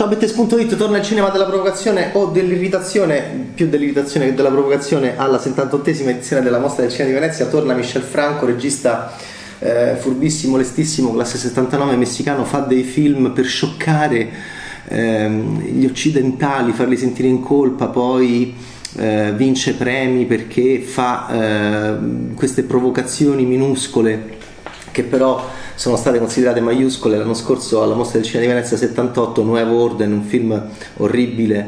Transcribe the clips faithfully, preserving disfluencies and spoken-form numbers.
Ciao Bettes punto it, torna il cinema della provocazione o dell'irritazione, più dell'irritazione che della provocazione, alla settantottesima edizione della Mostra del Cinema di Venezia. Torna Michel Franco, regista eh, furbissimo, lestissimo, classe settantanove, messicano, fa dei film per scioccare ehm, gli occidentali, farli sentire in colpa, poi eh, vince premi perché fa eh, queste provocazioni minuscole che però sono state considerate maiuscole. L'anno scorso alla Mostra del Cinema di Venezia settantotto, Nuevo Orden, un film orribile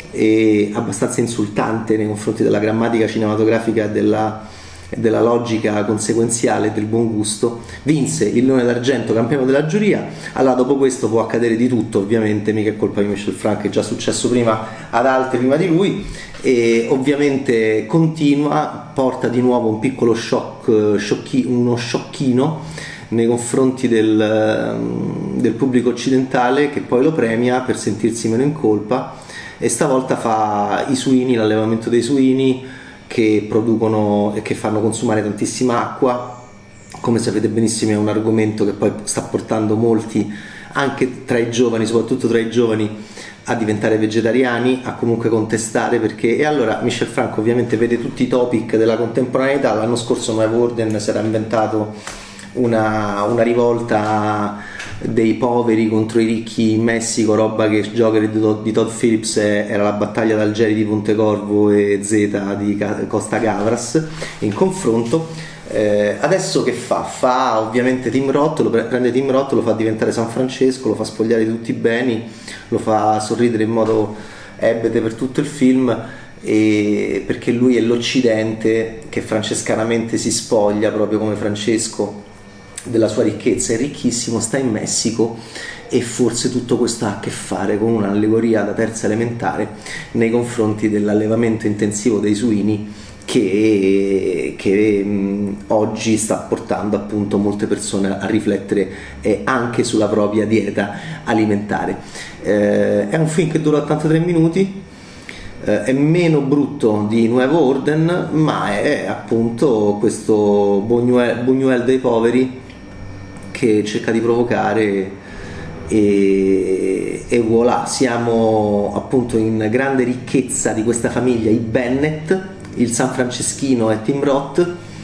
e abbastanza insultante nei confronti della grammatica cinematografica e della, della logica conseguenziale del buon gusto, vinse il Leone d'Argento, campione della giuria. Allora dopo questo può accadere di tutto, ovviamente, mica è colpa di Michel Franco, è già successo prima ad altri prima di lui, e ovviamente continua, porta di nuovo un piccolo shock, sciocchi, uno sciocchino nei confronti del, del pubblico occidentale, che poi lo premia per sentirsi meno in colpa, e stavolta fa i suini, l'allevamento dei suini che producono e che fanno consumare tantissima acqua. Come sapete benissimo è un argomento che poi sta portando molti, anche tra i giovani, soprattutto tra i giovani, a diventare vegetariani, a comunque contestare, perché e allora Michel Franco ovviamente vede tutti i topic della contemporaneità. L'anno scorso Nuevo Orden si era inventato Una, una rivolta dei poveri contro i ricchi in Messico, roba che Joker di Todd Phillips era la battaglia d'Algeri di Pontecorvo e Zeta di Costa Gavras in confronto. Eh, adesso che fa? Fa ovviamente Tim Roth, lo prende Tim Roth, lo fa diventare San Francesco, lo fa spogliare di tutti i beni, lo fa sorridere in modo ebete per tutto il film, e perché lui è l'Occidente che francescanamente si spoglia, proprio come Francesco, della sua ricchezza. È ricchissimo, sta in Messico, e forse tutto questo ha a che fare con un'allegoria da terza elementare nei confronti dell'allevamento intensivo dei suini che, che mh, oggi sta portando appunto molte persone a riflettere eh, anche sulla propria dieta alimentare. Eh, è un film che dura ottantatré minuti, eh, è meno brutto di Nuevo Orden, ma è appunto questo Buñuel, Buñuel dei poveri che cerca di provocare, e, e voilà, siamo appunto in grande ricchezza di questa famiglia, i Bennett, il San Franceschino e Tim Roth,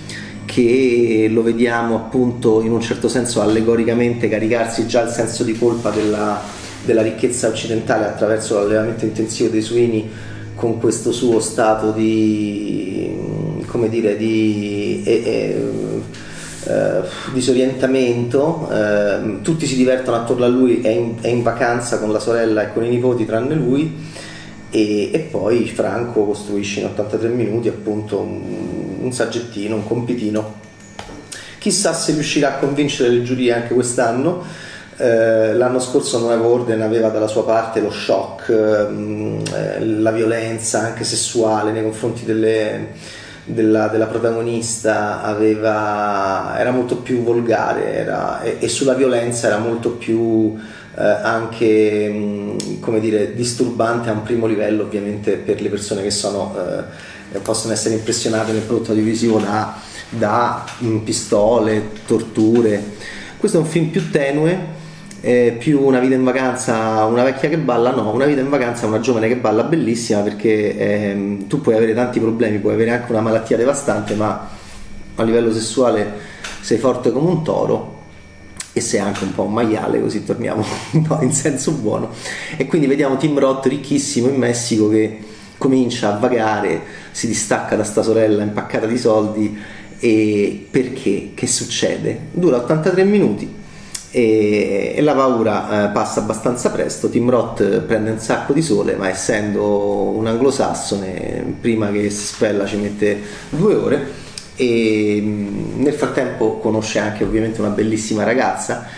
che lo vediamo appunto in un certo senso allegoricamente caricarsi già il senso di colpa della, della ricchezza occidentale attraverso l'allevamento intensivo dei suini, con questo suo stato di, come dire, di eh, eh, Uh, disorientamento. Uh, tutti si divertono attorno a lui, è in, è in vacanza con la sorella e con i nipoti tranne lui, e, e poi Franco costruisce in ottantatré minuti appunto un, un saggettino, un compitino. Chissà se riuscirà a convincere le giurie anche quest'anno. Uh, l'anno scorso Nuevo Orden aveva dalla sua parte lo shock, uh, la violenza anche sessuale nei confronti delle Della, della protagonista, aveva, era molto più volgare, era, e, e sulla violenza era molto più eh, anche mh, come dire, disturbante a un primo livello, ovviamente per le persone che sono eh, possono essere impressionate nel prodotto audiovisivo da, da mh, pistole, torture. Questo è un film più tenue, eh, più Una vita in vacanza, una vecchia che balla. No, Una vita in vacanza è una giovane che balla, bellissima, perché ehm, tu puoi avere tanti problemi, puoi avere anche una malattia devastante, ma a livello sessuale sei forte come un toro, e sei anche un po' un maiale, così torniamo un po' in senso buono. E quindi vediamo Tim Roth ricchissimo in Messico che comincia a vagare, si distacca da sta sorella impaccata di soldi. E perché? Che succede? Dura ottantatré minuti e, e la paura eh, passa abbastanza presto. Tim Roth prende un sacco di sole, ma essendo un anglosassone, prima che si spella ci mette due ore, e nel frattempo conosce anche ovviamente una bellissima ragazza,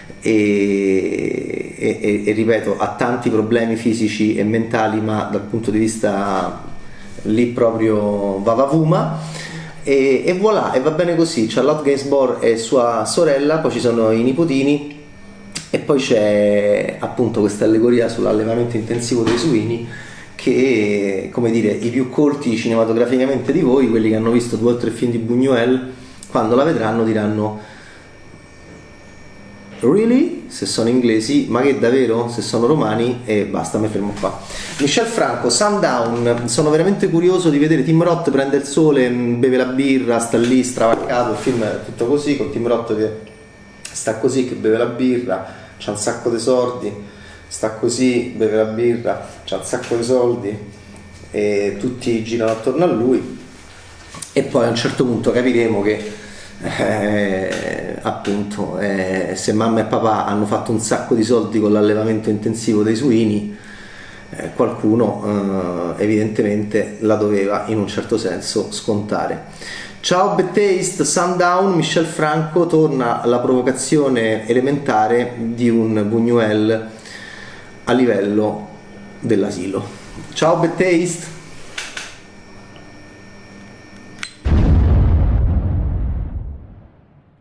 e, e, e ripeto, ha tanti problemi fisici e mentali, ma dal punto di vista lì proprio vavavuma. E, e voilà, e va bene così. Charlotte Gainsbourg e sua sorella, poi ci sono i nipotini, e poi c'è appunto questa allegoria sull'allevamento intensivo dei suini che, come dire, i più colti cinematograficamente di voi, quelli che hanno visto due o tre film di Buñuel, quando la vedranno diranno: really? se sono inglesi, ma che davvero se sono romani, e basta, mi fermo qua. Michel Franco, Sundown, sono veramente curioso di vedere Tim Roth prende il sole, beve la birra, sta lì stravaccato, il film è tutto così, con Tim Roth che sta così, che beve la birra, c'ha un sacco di soldi, sta così, beve la birra, c'ha un sacco di soldi e tutti girano attorno a lui, e poi a un certo punto capiremo che Eh, appunto eh, se mamma e papà hanno fatto un sacco di soldi con l'allevamento intensivo dei suini, eh, qualcuno eh, evidentemente la doveva in un certo senso scontare. Ciao Bad Taste, Sundown, Michel Franco, torna la provocazione elementare di un Buñuel a livello dell'asilo. Ciao Bad Taste.